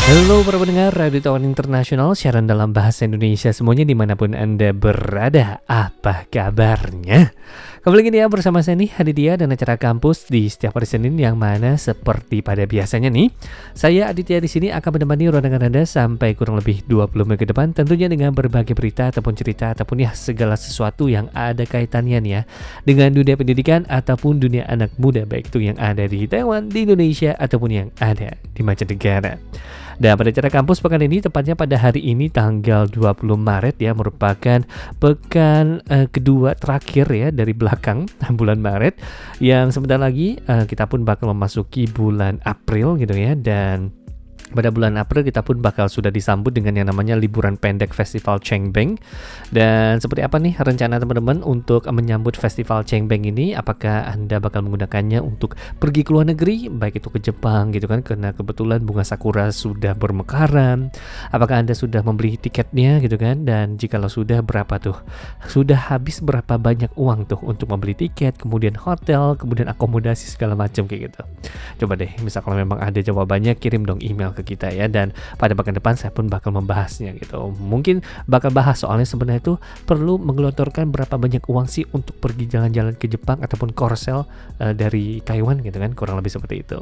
Halo para pendengar Radio Taiwan Internasional, siaran dalam bahasa Indonesia semuanya dimanapun Anda berada. Apa kabarnya? Kembali lagi ya bersama saya nih, Aditya, dan acara kampus di setiap hari Senin yang mana seperti pada biasanya nih, saya Aditya di sini akan menemani ruangan Anda sampai kurang lebih 20 menit ke depan, tentunya dengan berbagai berita ataupun cerita ataupun ya segala sesuatu yang ada kaitannya nih ya dengan dunia pendidikan ataupun dunia anak muda, baik itu yang ada di Taiwan, di Indonesia ataupun yang ada di mancanegara. Dan pada acara kampus pekan ini, tepatnya pada hari ini tanggal 20 Maret ya, merupakan pekan kedua terakhir ya dari belakang bulan Maret, yang sebentar lagi kita pun bakal memasuki bulan April gitu ya. Dan pada bulan April kita pun bakal sudah disambut dengan yang namanya liburan pendek Festival Cengbeng. Dan seperti apa nih rencana teman-teman untuk menyambut Festival Cengbeng ini? Apakah Anda bakal menggunakannya untuk pergi ke luar negeri, baik itu ke Jepang gitu kan, karena kebetulan bunga sakura sudah bermekaran? Apakah Anda sudah membeli tiketnya gitu kan? Dan jikalau sudah, berapa tuh? Sudah habis berapa banyak uang tuh untuk membeli tiket, kemudian hotel, kemudian akomodasi segala macam kayak gitu? Coba deh, misal kalau memang ada jawabannya, kirim dong email ke kita ya, dan pada pekan depan saya pun bakal membahasnya gitu. Mungkin bakal bahas soalnya sebenarnya itu perlu menggelontorkan berapa banyak uang sih untuk pergi jalan-jalan ke Jepang ataupun Korsel dari Taiwan gitu kan, kurang lebih seperti itu.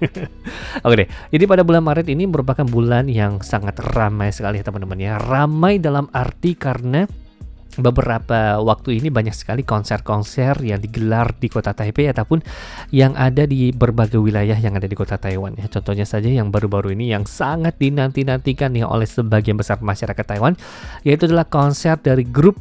Oke deh, jadi pada bulan Maret ini merupakan bulan yang sangat ramai sekali ya teman-teman ya. Ramai dalam arti karena beberapa waktu ini banyak sekali konser-konser yang digelar di kota Taipei ataupun yang ada di berbagai wilayah yang ada di kota Taiwan ya. Contohnya saja yang baru-baru ini yang sangat dinanti-nantikan ya oleh sebagian besar masyarakat Taiwan, yaitu adalah konser dari grup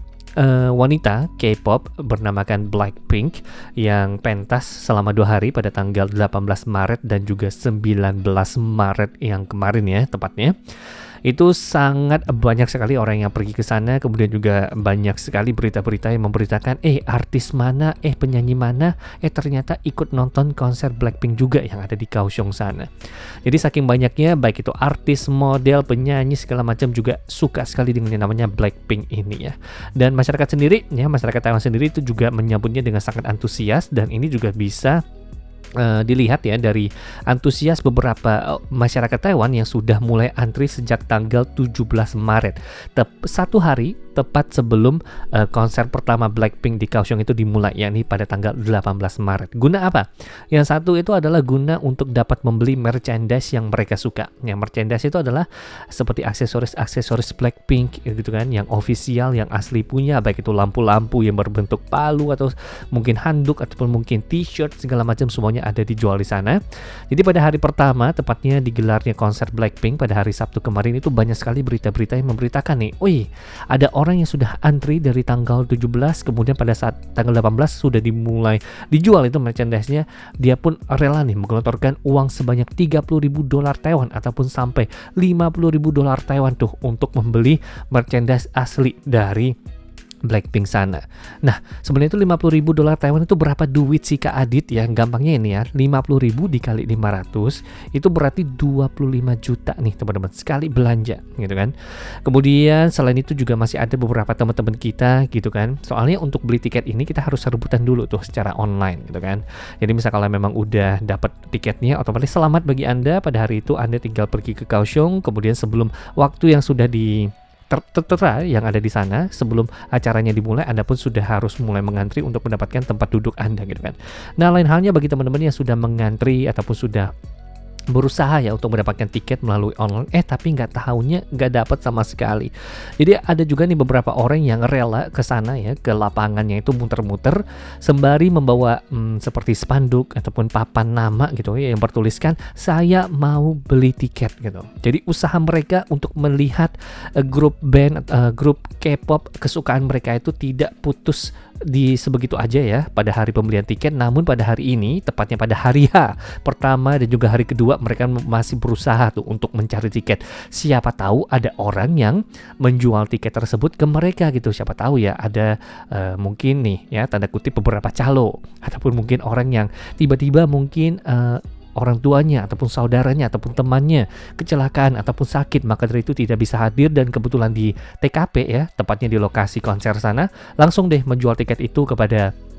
wanita K-pop bernamakan Blackpink yang pentas selama 2 hari pada tanggal 18 Maret dan juga 19 Maret yang kemarin ya tepatnya. Itu sangat banyak sekali orang yang pergi ke sana, kemudian juga banyak sekali berita-berita yang memberitakan artis mana, penyanyi mana, ternyata ikut nonton konser Blackpink juga yang ada di Kaohsiung sana. Jadi saking banyaknya, baik itu artis, model, penyanyi segala macam juga suka sekali dengan yang namanya Blackpink ini ya. Dan masyarakat sendiri ya, masyarakat Taiwan sendiri itu juga menyambutnya dengan sangat antusias, dan ini juga bisa dilihat ya dari antusias beberapa masyarakat Taiwan yang sudah mulai antri sejak tanggal 17 Maret, satu hari tepat sebelum konser pertama Blackpink di Kaohsiung itu dimulai, yakni pada tanggal 18 Maret. Guna apa? Yang satu itu adalah guna untuk dapat membeli merchandise yang mereka suka. Yang merchandise itu adalah seperti aksesoris Blackpink gitu kan, yang official, yang asli punya, baik itu lampu-lampu yang berbentuk palu atau mungkin handuk ataupun mungkin t-shirt segala macam, semuanya ada dijual di sana. Jadi pada hari pertama, tepatnya digelarnya konser Blackpink pada hari Sabtu kemarin, itu banyak sekali berita-berita yang memberitakan nih, ada orang yang sudah antri dari tanggal 17, kemudian pada saat tanggal 18 sudah dimulai dijual itu merchandise-nya. Dia pun rela nih menggelontorkan uang sebanyak $30,000 Taiwan ataupun sampai $50,000 Taiwan tuh untuk membeli merchandise asli dari Blackpink sana. Nah, sebenarnya itu $50,000 Taiwan itu berapa duit sih Kak Adit ya? Gampangnya ini ya, 50.000 dikali 500 itu berarti 25 juta nih teman-teman sekali belanja gitu kan. Kemudian selain itu juga masih ada beberapa teman-teman kita gitu kan. Soalnya untuk beli tiket ini kita harus rebutan dulu tuh secara online gitu kan. Jadi misal kalau memang udah dapat tiketnya, otomatis selamat bagi Anda. Pada hari itu Anda tinggal pergi ke Kaohsiung, kemudian sebelum waktu yang sudah tertera yang ada di sana, sebelum acaranya dimulai, Anda pun sudah harus mulai mengantri untuk mendapatkan tempat duduk Anda gitu kan. Nah, lain halnya bagi teman-teman yang sudah mengantri ataupun sudah berusaha ya untuk mendapatkan tiket melalui online, tapi nggak tahunya nggak dapat sama sekali. Jadi ada juga nih beberapa orang yang rela ke sana ya, ke lapangannya itu muter-muter sembari membawa seperti spanduk ataupun papan nama gitu ya yang bertuliskan saya mau beli tiket gitu. Jadi usaha mereka untuk melihat grup band, grup K-pop kesukaan mereka itu tidak putus di sebegitu aja ya pada hari pembelian tiket, namun pada hari ini, tepatnya pada hari H pertama dan juga hari kedua, mereka masih berusaha tuh untuk mencari tiket. Siapa tahu ada orang yang menjual tiket tersebut ke mereka gitu. Siapa tahu ya ada mungkin nih ya tanda kutip beberapa calo, ataupun mungkin orang yang tiba-tiba mungkin orang tuanya ataupun saudaranya ataupun temannya kecelakaan ataupun sakit, maka dari itu tidak bisa hadir dan kebetulan di TKP ya, tepatnya di lokasi konser sana, langsung deh menjual tiket itu kepada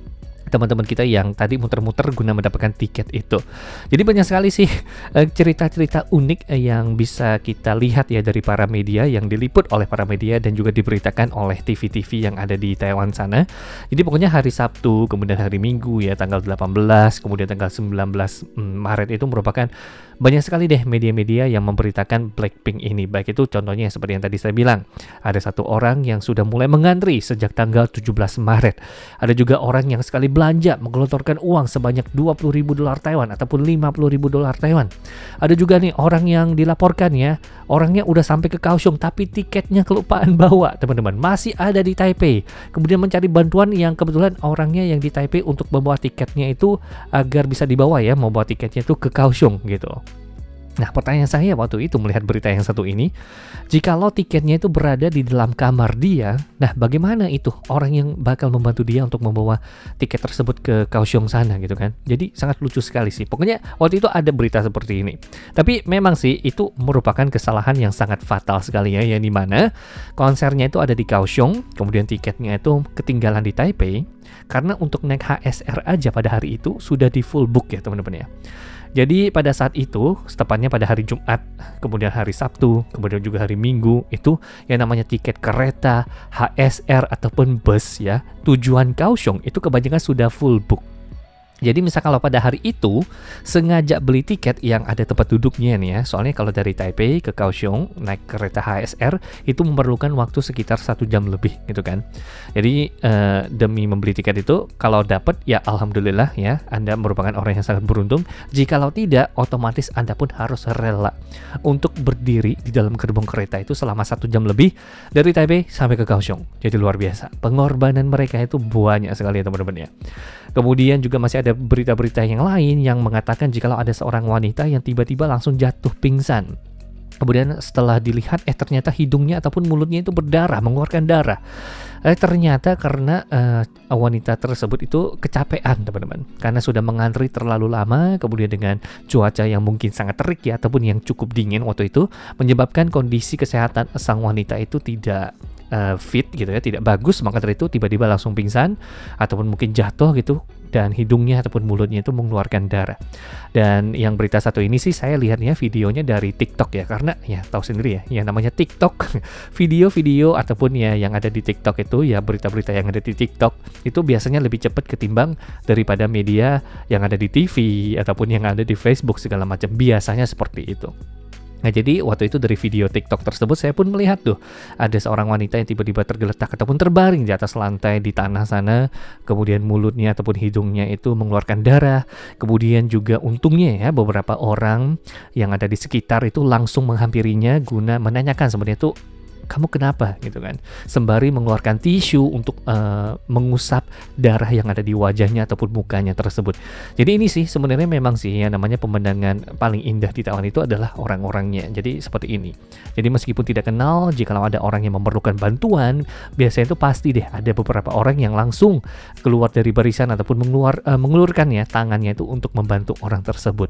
teman-teman kita yang tadi muter-muter guna mendapatkan tiket itu. Jadi banyak sekali sih cerita-cerita unik yang bisa kita lihat ya dari para media, yang diliput oleh para media dan juga diberitakan oleh TV-TV yang ada di Taiwan sana. Jadi pokoknya hari Sabtu, kemudian hari Minggu ya tanggal 18, kemudian tanggal 19 Maret itu merupakan banyak sekali deh media-media yang memberitakan Blackpink ini. Baik itu contohnya seperti yang tadi saya bilang, ada satu orang yang sudah mulai mengantri sejak tanggal 17 Maret. Ada juga orang yang sekali belanja menggelontorkan uang sebanyak 20.000 dolar Taiwan ataupun 50.000 dolar Taiwan. Ada juga nih orang yang dilaporkan ya, orangnya udah sampai ke Kaohsiung tapi tiketnya kelupaan bawa, teman-teman. Masih ada di Taipei. Kemudian mencari bantuan yang kebetulan orangnya yang di Taipei untuk membawa tiketnya itu agar bisa dibawa ya, membawa tiketnya itu ke Kaohsiung gitu. Nah, pertanyaan saya waktu itu melihat berita yang satu ini, jikalau tiketnya itu berada di dalam kamar dia, nah bagaimana itu orang yang bakal membantu dia untuk membawa tiket tersebut ke Kaohsiung sana gitu kan. Jadi sangat lucu sekali sih. Pokoknya waktu itu ada berita seperti ini. Tapi memang sih itu merupakan kesalahan yang sangat fatal sekali ya, yang dimana konsernya itu ada di Kaohsiung, kemudian tiketnya itu ketinggalan di Taipei, karena untuk naik HSR aja pada hari itu sudah di full book ya teman-teman ya. Jadi pada saat itu, tepatnya pada hari Jumat, kemudian hari Sabtu, kemudian juga hari Minggu, itu yang namanya tiket kereta, HSR ataupun bus ya, tujuan Kaohsiung itu kebanyakan sudah full book. Jadi misal kalau pada hari itu sengaja beli tiket yang ada tempat duduknya nih ya, soalnya kalau dari Taipei ke Kaohsiung naik kereta HSR itu memerlukan waktu sekitar 1 jam lebih gitu kan. Jadi demi membeli tiket itu kalau dapat ya alhamdulillah ya, Anda merupakan orang yang sangat beruntung. Jikalau tidak, otomatis Anda pun harus rela untuk berdiri di dalam gerbong kereta itu selama 1 jam lebih dari Taipei sampai ke Kaohsiung. Jadi luar biasa, pengorbanan mereka itu banyak sekali ya teman-teman ya. Kemudian juga masih ada berita-berita yang lain yang mengatakan jikalau ada seorang wanita yang tiba-tiba langsung jatuh pingsan. Kemudian setelah dilihat ternyata hidungnya ataupun mulutnya itu berdarah, mengeluarkan darah. Ternyata karena wanita tersebut itu kecapean teman-teman, karena sudah mengantri terlalu lama, kemudian dengan cuaca yang mungkin sangat terik ya ataupun yang cukup dingin waktu itu, menyebabkan kondisi kesehatan sang wanita itu tidak fit gitu ya, tidak bagus, maka dari itu tiba-tiba langsung pingsan ataupun mungkin jatuh gitu, dan hidungnya ataupun mulutnya itu mengeluarkan darah. Dan yang berita satu ini sih saya lihatnya videonya dari TikTok ya, karena ya tahu sendiri ya, yang namanya TikTok video-video ataupun ya yang ada di TikTok itu ya, berita-berita yang ada di TikTok itu biasanya lebih cepat ketimbang daripada media yang ada di TV ataupun yang ada di Facebook segala macam, biasanya seperti itu. Nah jadi waktu itu dari video TikTok tersebut saya pun melihat tuh ada seorang wanita yang tiba-tiba tergeletak ataupun terbaring di atas lantai di tanah sana, kemudian mulutnya ataupun hidungnya itu mengeluarkan darah. Kemudian juga untungnya ya beberapa orang yang ada di sekitar itu langsung menghampirinya guna menanyakan sebenarnya tuh kamu kenapa gitu kan, sembari mengeluarkan tisu untuk mengusap darah yang ada di wajahnya ataupun mukanya tersebut. Jadi ini sih sebenarnya memang sih yang namanya pemandangan paling indah di Taiwan itu adalah orang-orangnya. Jadi seperti ini. Jadi meskipun tidak kenal, jikalau ada orang yang memerlukan bantuan, biasanya itu pasti deh ada beberapa orang yang langsung keluar dari barisan ataupun mengeluarkan ya tangannya itu untuk membantu orang tersebut.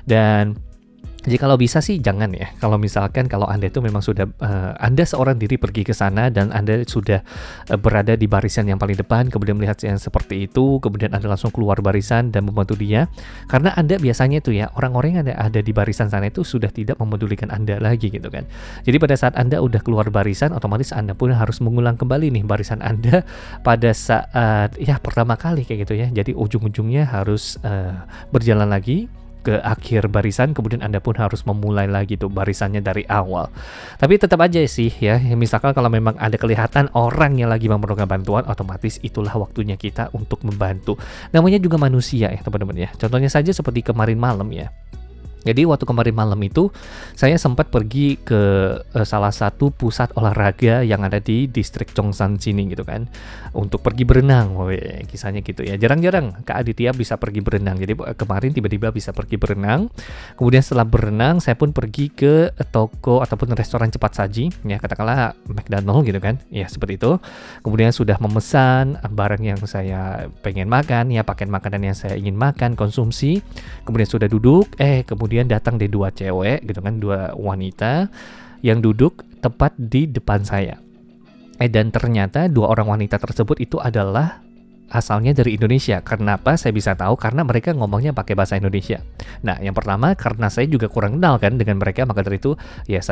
Dan jadi kalau bisa sih jangan ya. Kalau misalkan kalau Anda itu memang sudah Anda seorang diri pergi ke sana dan Anda sudah berada di barisan yang paling depan, kemudian melihat yang seperti itu, kemudian Anda langsung keluar barisan dan membantu dia, karena Anda biasanya itu ya orang-orang yang ada di barisan sana itu sudah tidak memedulikan Anda lagi gitu kan. Jadi pada saat Anda udah keluar barisan, otomatis Anda pun harus mengulang kembali nih barisan Anda pada saat ya pertama kali kayak gitu ya. Jadi ujung-ujungnya harus berjalan lagi ke akhir barisan, kemudian Anda pun harus memulai lagi tuh barisannya dari awal. Tapi tetap aja sih ya, misalkan kalau memang ada kelihatan orang yang lagi memerlukan bantuan, otomatis itulah waktunya kita untuk membantu. Namanya juga manusia ya teman-teman ya. Contohnya saja seperti kemarin malam ya. Jadi waktu kemarin malam itu saya sempat pergi ke salah satu pusat olahraga yang ada di distrik Chongsan sini gitu kan, untuk pergi berenang. Kisahnya gitu ya, jarang-jarang Kak Aditya bisa pergi berenang. Jadi kemarin tiba-tiba bisa pergi berenang. Kemudian setelah berenang saya pun pergi ke toko ataupun restoran cepat saji ya, katakanlah McDonald gitu kan ya, seperti itu. Kemudian sudah memesan barang yang saya pengen makan ya, paket makanan yang saya ingin makan, konsumsi. Kemudian sudah duduk, kemudian datang deh 2 cewek gitu kan, 2 wanita yang duduk tepat di depan saya. Dan ternyata 2 orang wanita tersebut itu adalah asalnya dari Indonesia. Kenapa saya bisa tahu? Karena mereka ngomongnya pakai bahasa Indonesia. Nah, yang pertama karena saya juga kurang kenal kan dengan mereka, maka dari itu ya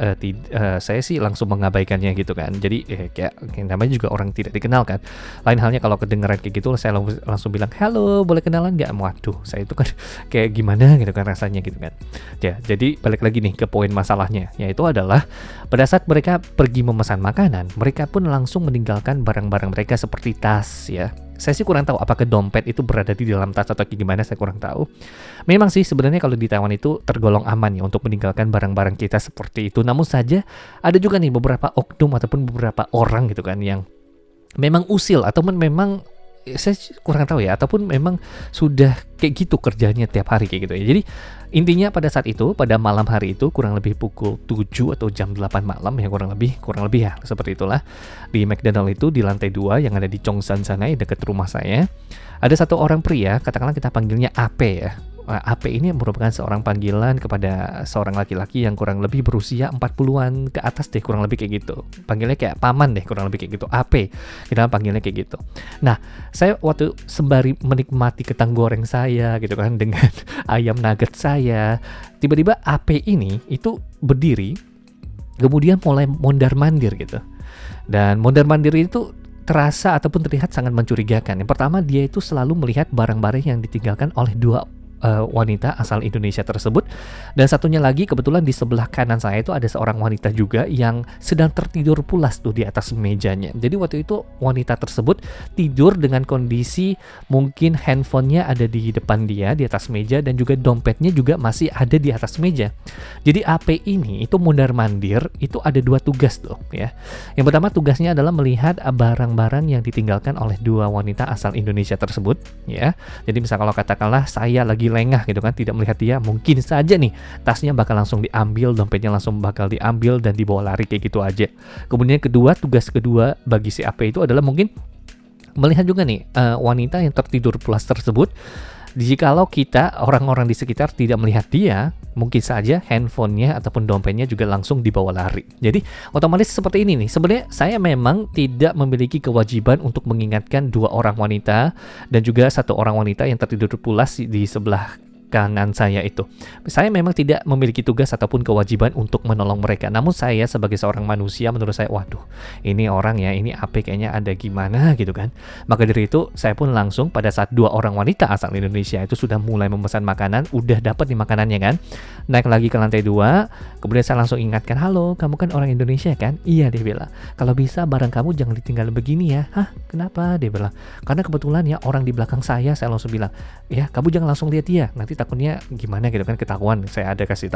saya sih langsung mengabaikannya gitu kan. Jadi kayak namanya juga orang tidak dikenal kan. Lain halnya kalau kedengeran kayak gitu, saya langsung bilang, halo, boleh kenalan nggak? Waduh, saya itu kan kayak gimana gitu kan rasanya gitu kan. Ya, jadi balik lagi nih ke poin masalahnya, yaitu adalah pada saat mereka pergi memesan makanan, mereka pun langsung meninggalkan barang-barang mereka seperti tas ya. Saya sih kurang tahu apakah dompet itu berada di dalam tas atau gimana, saya kurang tahu. Memang sih sebenarnya kalau di Taiwan itu tergolong aman ya untuk meninggalkan barang-barang kita seperti itu. Namun saja ada juga nih beberapa oknum ataupun beberapa orang gitu kan yang memang usil ataupun memang saya kurang tahu ya, ataupun memang sudah kayak gitu kerjanya tiap hari kayak gitu ya. Jadi intinya pada saat itu, pada malam hari itu kurang lebih pukul 7 atau jam 8 malam ya, kurang lebih ya seperti itulah, di McDonald itu di lantai 2 yang ada di Chongsan sana dekat rumah saya. Ada satu orang pria, katakanlah kita panggilnya AP ya. AP ini merupakan seorang panggilan kepada seorang laki-laki yang kurang lebih berusia 40-an ke atas deh, kurang lebih kayak gitu. Panggilnya kayak paman deh, kurang lebih kayak gitu. AP, kita panggilnya kayak gitu. Nah, saya waktu sembari menikmati kentang goreng saya gitu kan dengan ayam nugget saya, tiba-tiba AP ini itu berdiri, kemudian mulai mondar-mandir gitu. Dan mondar-mandir itu terasa ataupun terlihat sangat mencurigakan. Yang pertama, dia itu selalu melihat barang-barang yang ditinggalkan oleh dua wanita asal Indonesia tersebut, dan satunya lagi kebetulan di sebelah kanan saya itu ada seorang wanita juga yang sedang tertidur pulas tuh di atas mejanya. Jadi waktu itu wanita tersebut tidur dengan kondisi mungkin handphonenya ada di depan dia di atas meja, dan juga dompetnya juga masih ada di atas meja. Jadi AP ini itu mondar-mandir itu ada dua tugas tuh ya. Yang pertama tugasnya adalah melihat barang-barang yang ditinggalkan oleh dua wanita asal Indonesia tersebut ya. Jadi misal kalau katakanlah saya lagi lengah gitu kan, tidak melihat dia, mungkin saja nih tasnya bakal langsung diambil, dompetnya langsung bakal diambil dan dibawa lari kayak gitu aja. Kemudian tugas kedua bagi si AP itu adalah mungkin melihat juga nih wanita yang tertidur pulas tersebut. Jikalau kita orang-orang di sekitar tidak melihat dia, mungkin saja handphonenya ataupun dompetnya juga langsung dibawa lari. Jadi otomatis seperti ini nih. Sebenarnya saya memang tidak memiliki kewajiban untuk mengingatkan dua orang wanita dan juga satu orang wanita yang tertidur pulas di sebelah kanan saya itu. Saya memang tidak memiliki tugas ataupun kewajiban untuk menolong mereka. Namun saya sebagai seorang manusia, menurut saya, waduh, ini orang ya, ini AP kayaknya ada gimana gitu kan. Maka dari itu saya pun langsung pada saat dua orang wanita asal Indonesia itu sudah mulai memesan makanan, udah dapat nih makanannya kan, naik lagi ke lantai 2. Kemudian saya langsung ingatkan, halo, kamu kan orang Indonesia kan? Iya, dia bilang, kalau bisa barang kamu jangan ditinggal begini ya. Hah, kenapa? Dia bilang, karena kebetulan ya orang di belakang saya langsung bilang, ya kamu jangan langsung lihat dia, nanti takutnya gimana gitu kan, ketahuan. Saya kasih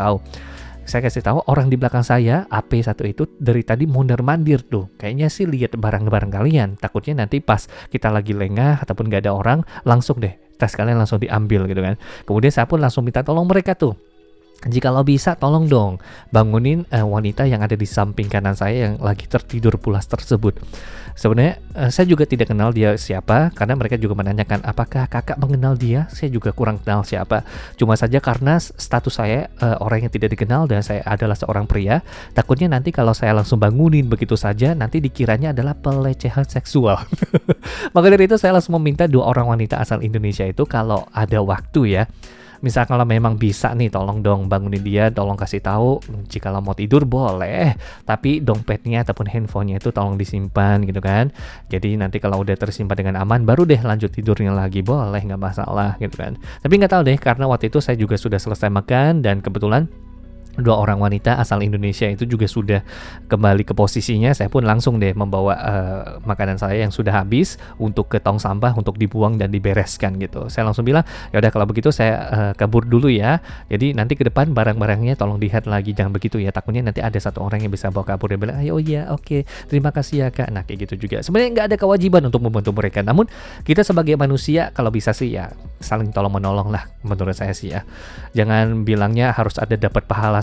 tahu orang di belakang saya, AP satu itu dari tadi mondar-mandir tuh, kayaknya sih lihat barang-barang kalian, takutnya nanti pas kita lagi lengah ataupun gak ada orang, langsung deh tas kalian langsung diambil gitu kan. Kemudian saya pun langsung minta tolong mereka tuh, jikalau bisa tolong dong bangunin wanita yang ada di samping kanan saya yang lagi tertidur pulas tersebut. Sebenarnya saya juga tidak kenal dia siapa, karena mereka juga menanyakan apakah kakak mengenal dia. Saya juga kurang kenal siapa. Cuma saja karena status saya orang yang tidak dikenal dan saya adalah seorang pria, takutnya nanti kalau saya langsung bangunin begitu saja nanti dikiranya adalah pelecehan seksual. Maka dari itu saya langsung meminta dua orang wanita asal Indonesia itu kalau ada waktu ya, misal kalau memang bisa nih, tolong dong bangunin dia, tolong kasih tahu jika mau tidur boleh, tapi dompetnya ataupun handphonenya itu tolong disimpan gitu kan. Jadi nanti kalau udah tersimpan dengan aman baru deh lanjut tidurnya lagi, boleh, nggak masalah gitu kan. Tapi nggak tahu deh, karena waktu itu saya juga sudah selesai makan dan kebetulan dua orang wanita asal Indonesia itu juga sudah kembali ke posisinya. Saya pun langsung deh membawa makanan saya yang sudah habis untuk ke tong sampah untuk dibuang dan dibereskan gitu. Saya langsung bilang, ya udah kalau begitu saya kabur dulu ya. Jadi nanti ke depan barang-barangnya tolong lihat lagi, jangan begitu ya. Takutnya nanti ada satu orang yang bisa bawa kabur. Dia bilang, ayo ya oke, terima kasih ya kak. Nah kayak gitu juga. Sebenarnya nggak ada kewajiban untuk membantu mereka. Namun kita sebagai manusia kalau bisa sih ya saling tolong menolong lah menurut saya sih ya. Jangan bilangnya harus ada dapat pahala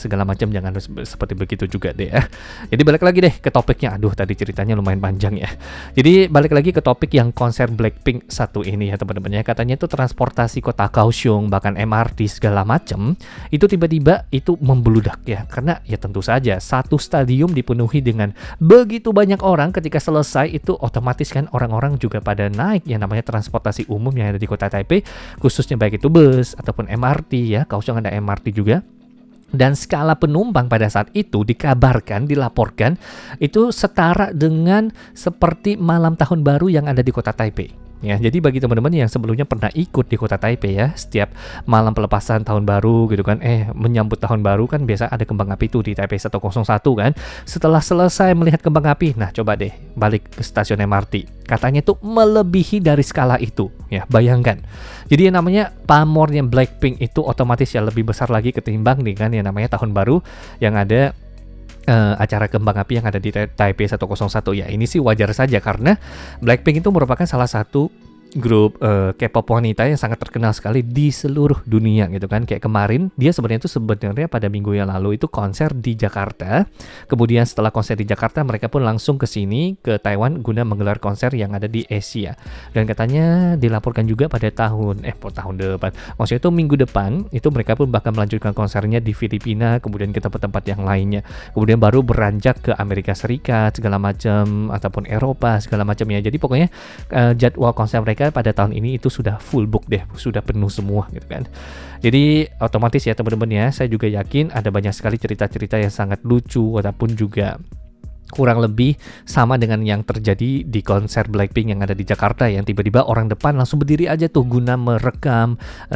segala macam, jangan seperti begitu juga deh ya. Jadi balik lagi deh ke topiknya. Aduh, tadi ceritanya lumayan panjang ya. Jadi balik lagi ke topik yang konser Blackpink satu ini ya teman-teman ya. Katanya itu transportasi kota Kaohsiung, bahkan MRT segala macam itu tiba-tiba itu membludak ya. Karena ya tentu saja satu stadium dipenuhi dengan begitu banyak orang, ketika selesai itu otomatis kan orang-orang juga pada naik yang namanya transportasi umum yang ada di kota Taipei, khususnya baik itu bus ataupun MRT ya. Kaohsiung ada MRT juga. Dan skala penumpang pada saat itu dilaporkan itu setara dengan seperti malam tahun baru yang ada di kota Taipei. Ya, jadi bagi teman-teman yang sebelumnya pernah ikut di kota Taipei ya, setiap malam pelepasan tahun baru gitu kan, menyambut tahun baru kan biasa ada kembang api tuh di Taipei 101 kan. Setelah selesai melihat kembang api, nah coba deh balik ke stasiun MRT. Katanya tuh melebihi dari skala itu. Ya, bayangkan. Jadi yang namanya pamornya Blackpink itu otomatis ya lebih besar lagi ketimbang dengan yang namanya tahun baru yang ada acara kembang api yang ada di Taipei 101 ya. Ini sih wajar saja karena Blackpink itu merupakan salah satu grup K-pop wanita yang sangat terkenal sekali di seluruh dunia gitu kan. Kayak kemarin dia sebenarnya pada minggu yang lalu itu konser di Jakarta. Kemudian setelah konser di Jakarta mereka pun langsung ke sini ke Taiwan guna menggelar konser yang ada di Asia. Dan katanya dilaporkan juga pada tahun depan. Maksudnya itu minggu depan itu mereka pun bakal melanjutkan konsernya di Filipina, kemudian ke tempat-tempat yang lainnya. Kemudian baru beranjak ke Amerika Serikat segala macam ataupun Eropa segala macam ya. Jadi pokoknya jadwal konser mereka pada tahun ini itu sudah full book deh, sudah penuh semua gitu kan. Jadi otomatis ya teman-teman ya, saya juga yakin ada banyak sekali cerita-cerita yang sangat lucu ataupun juga kurang lebih sama dengan yang terjadi di konser Blackpink yang ada di Jakarta, yang tiba-tiba orang depan langsung berdiri aja tuh guna merekam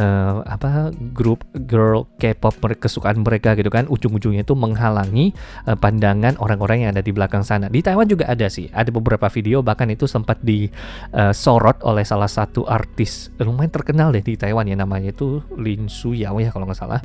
grup girl K-pop kesukaan mereka gitu kan. Ujung-ujungnya itu menghalangi pandangan orang-orang yang ada di belakang sana. Di Taiwan juga ada sih, ada beberapa video bahkan itu sempat disorot oleh salah satu artis lumayan terkenal deh di Taiwan ya, namanya itu Lin Suyao ya kalau nggak salah.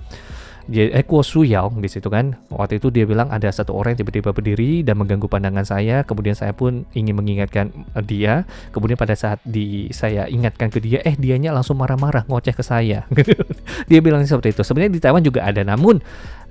Kuo Suyao di situ kan. Waktu itu dia bilang ada satu orang yang tiba-tiba berdiri dan mengganggu pandangan saya. Kemudian saya pun ingin mengingatkan dia. Kemudian pada saat saya ingatkan ke dia, dianya langsung marah-marah, ngoceh ke saya. Dia bilang seperti itu. Sebenarnya di Taiwan juga ada, namun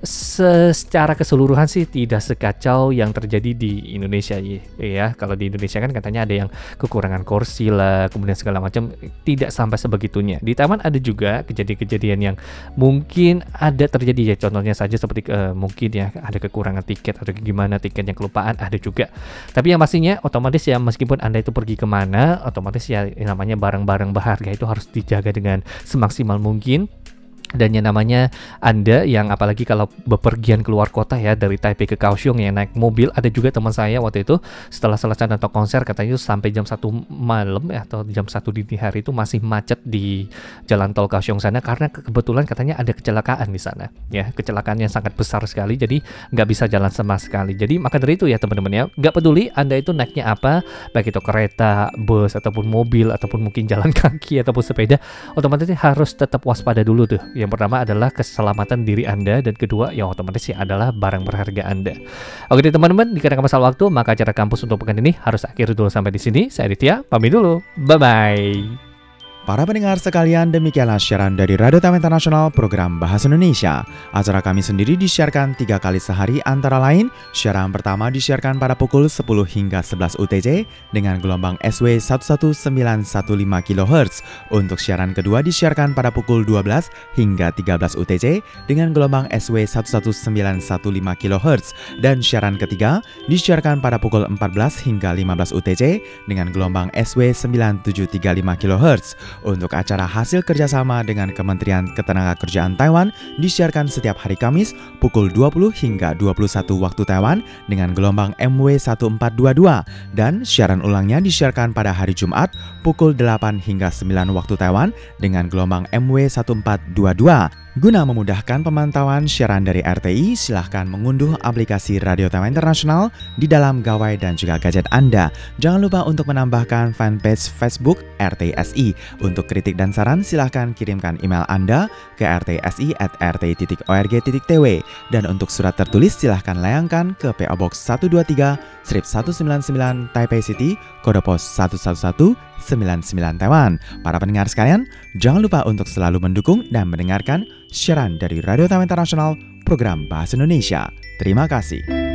secara keseluruhan sih tidak sekacau yang terjadi di Indonesia ya. Kalau di Indonesia kan katanya ada yang kekurangan kursi lah, kemudian segala macam, tidak sampai sebegitunya. Di Taiwan ada juga kejadian-kejadian yang mungkin ada terjadi ya, contohnya saja seperti mungkin ya ada kekurangan tiket atau gimana, tiketnya kelupaan ada juga. Tapi yang pastinya otomatis ya, meskipun Anda itu pergi kemana, otomatis ya namanya barang-barang berharga itu harus dijaga dengan semaksimal mungkin. Dan yang namanya Anda yang apalagi kalau bepergian keluar kota ya, dari Taipei ke Kaohsiung yang naik mobil, ada juga teman saya waktu itu setelah selesai nonton konser katanya itu sampai jam 1 malam ya, atau jam 1 dini hari itu masih macet di jalan tol Kaohsiung sana karena kebetulan katanya ada kecelakaan di sana ya, kecelakaan yang sangat besar sekali, jadi nggak bisa jalan sama sekali. Jadi maka dari itu ya teman-teman ya, nggak peduli Anda itu naiknya apa, baik itu kereta, bus ataupun mobil ataupun mungkin jalan kaki ataupun sepeda, otomatis harus tetap waspada dulu tuh. Yang pertama adalah keselamatan diri Anda, dan kedua ya otomatis ya adalah barang berharga Anda. Oke deh teman-teman, dikarenakan masalah waktu maka acara kampus untuk pekan ini harus akhir dulu sampai di sini. Saya Aditya, pamit dulu. Bye bye. Para pendengar sekalian, demikianlah siaran dari Radio Taiwan Internasional program Bahasa Indonesia. Acara kami sendiri disiarkan 3 kali sehari, antara lain siaran pertama disiarkan pada pukul 10 hingga 11 UTC dengan gelombang SW 11915 kHz. Untuk siaran kedua disiarkan pada pukul 12 hingga 13 UTC dengan gelombang SW 11915 kHz. Dan siaran ketiga disiarkan pada pukul 14 hingga 15 UTC dengan gelombang SW 9735 kHz. Untuk acara hasil kerjasama dengan Kementerian Ketenagakerjaan Taiwan disiarkan setiap hari Kamis pukul 20 hingga 21 waktu Taiwan dengan gelombang MW 1422, dan siaran ulangnya disiarkan pada hari Jumat pukul 8 hingga 9 waktu Taiwan dengan gelombang MW 1422. Guna memudahkan pemantauan siaran dari RTI, silahkan mengunduh aplikasi Radio Taiwan Internasional di dalam gawai dan juga gadget Anda. Jangan lupa untuk menambahkan fanpage Facebook RTSI. Untuk kritik dan saran, silahkan kirimkan email Anda ke rtsi@rti.org.tw. Dan untuk surat tertulis, silahkan layangkan ke PO Box 123, Strip 199, Taipei City, kode pos 111, Taiwan. Para pendengar sekalian, jangan lupa untuk selalu mendukung dan mendengarkan siaran dari Radio Taiwan Internasional program Bahasa Indonesia. Terima kasih.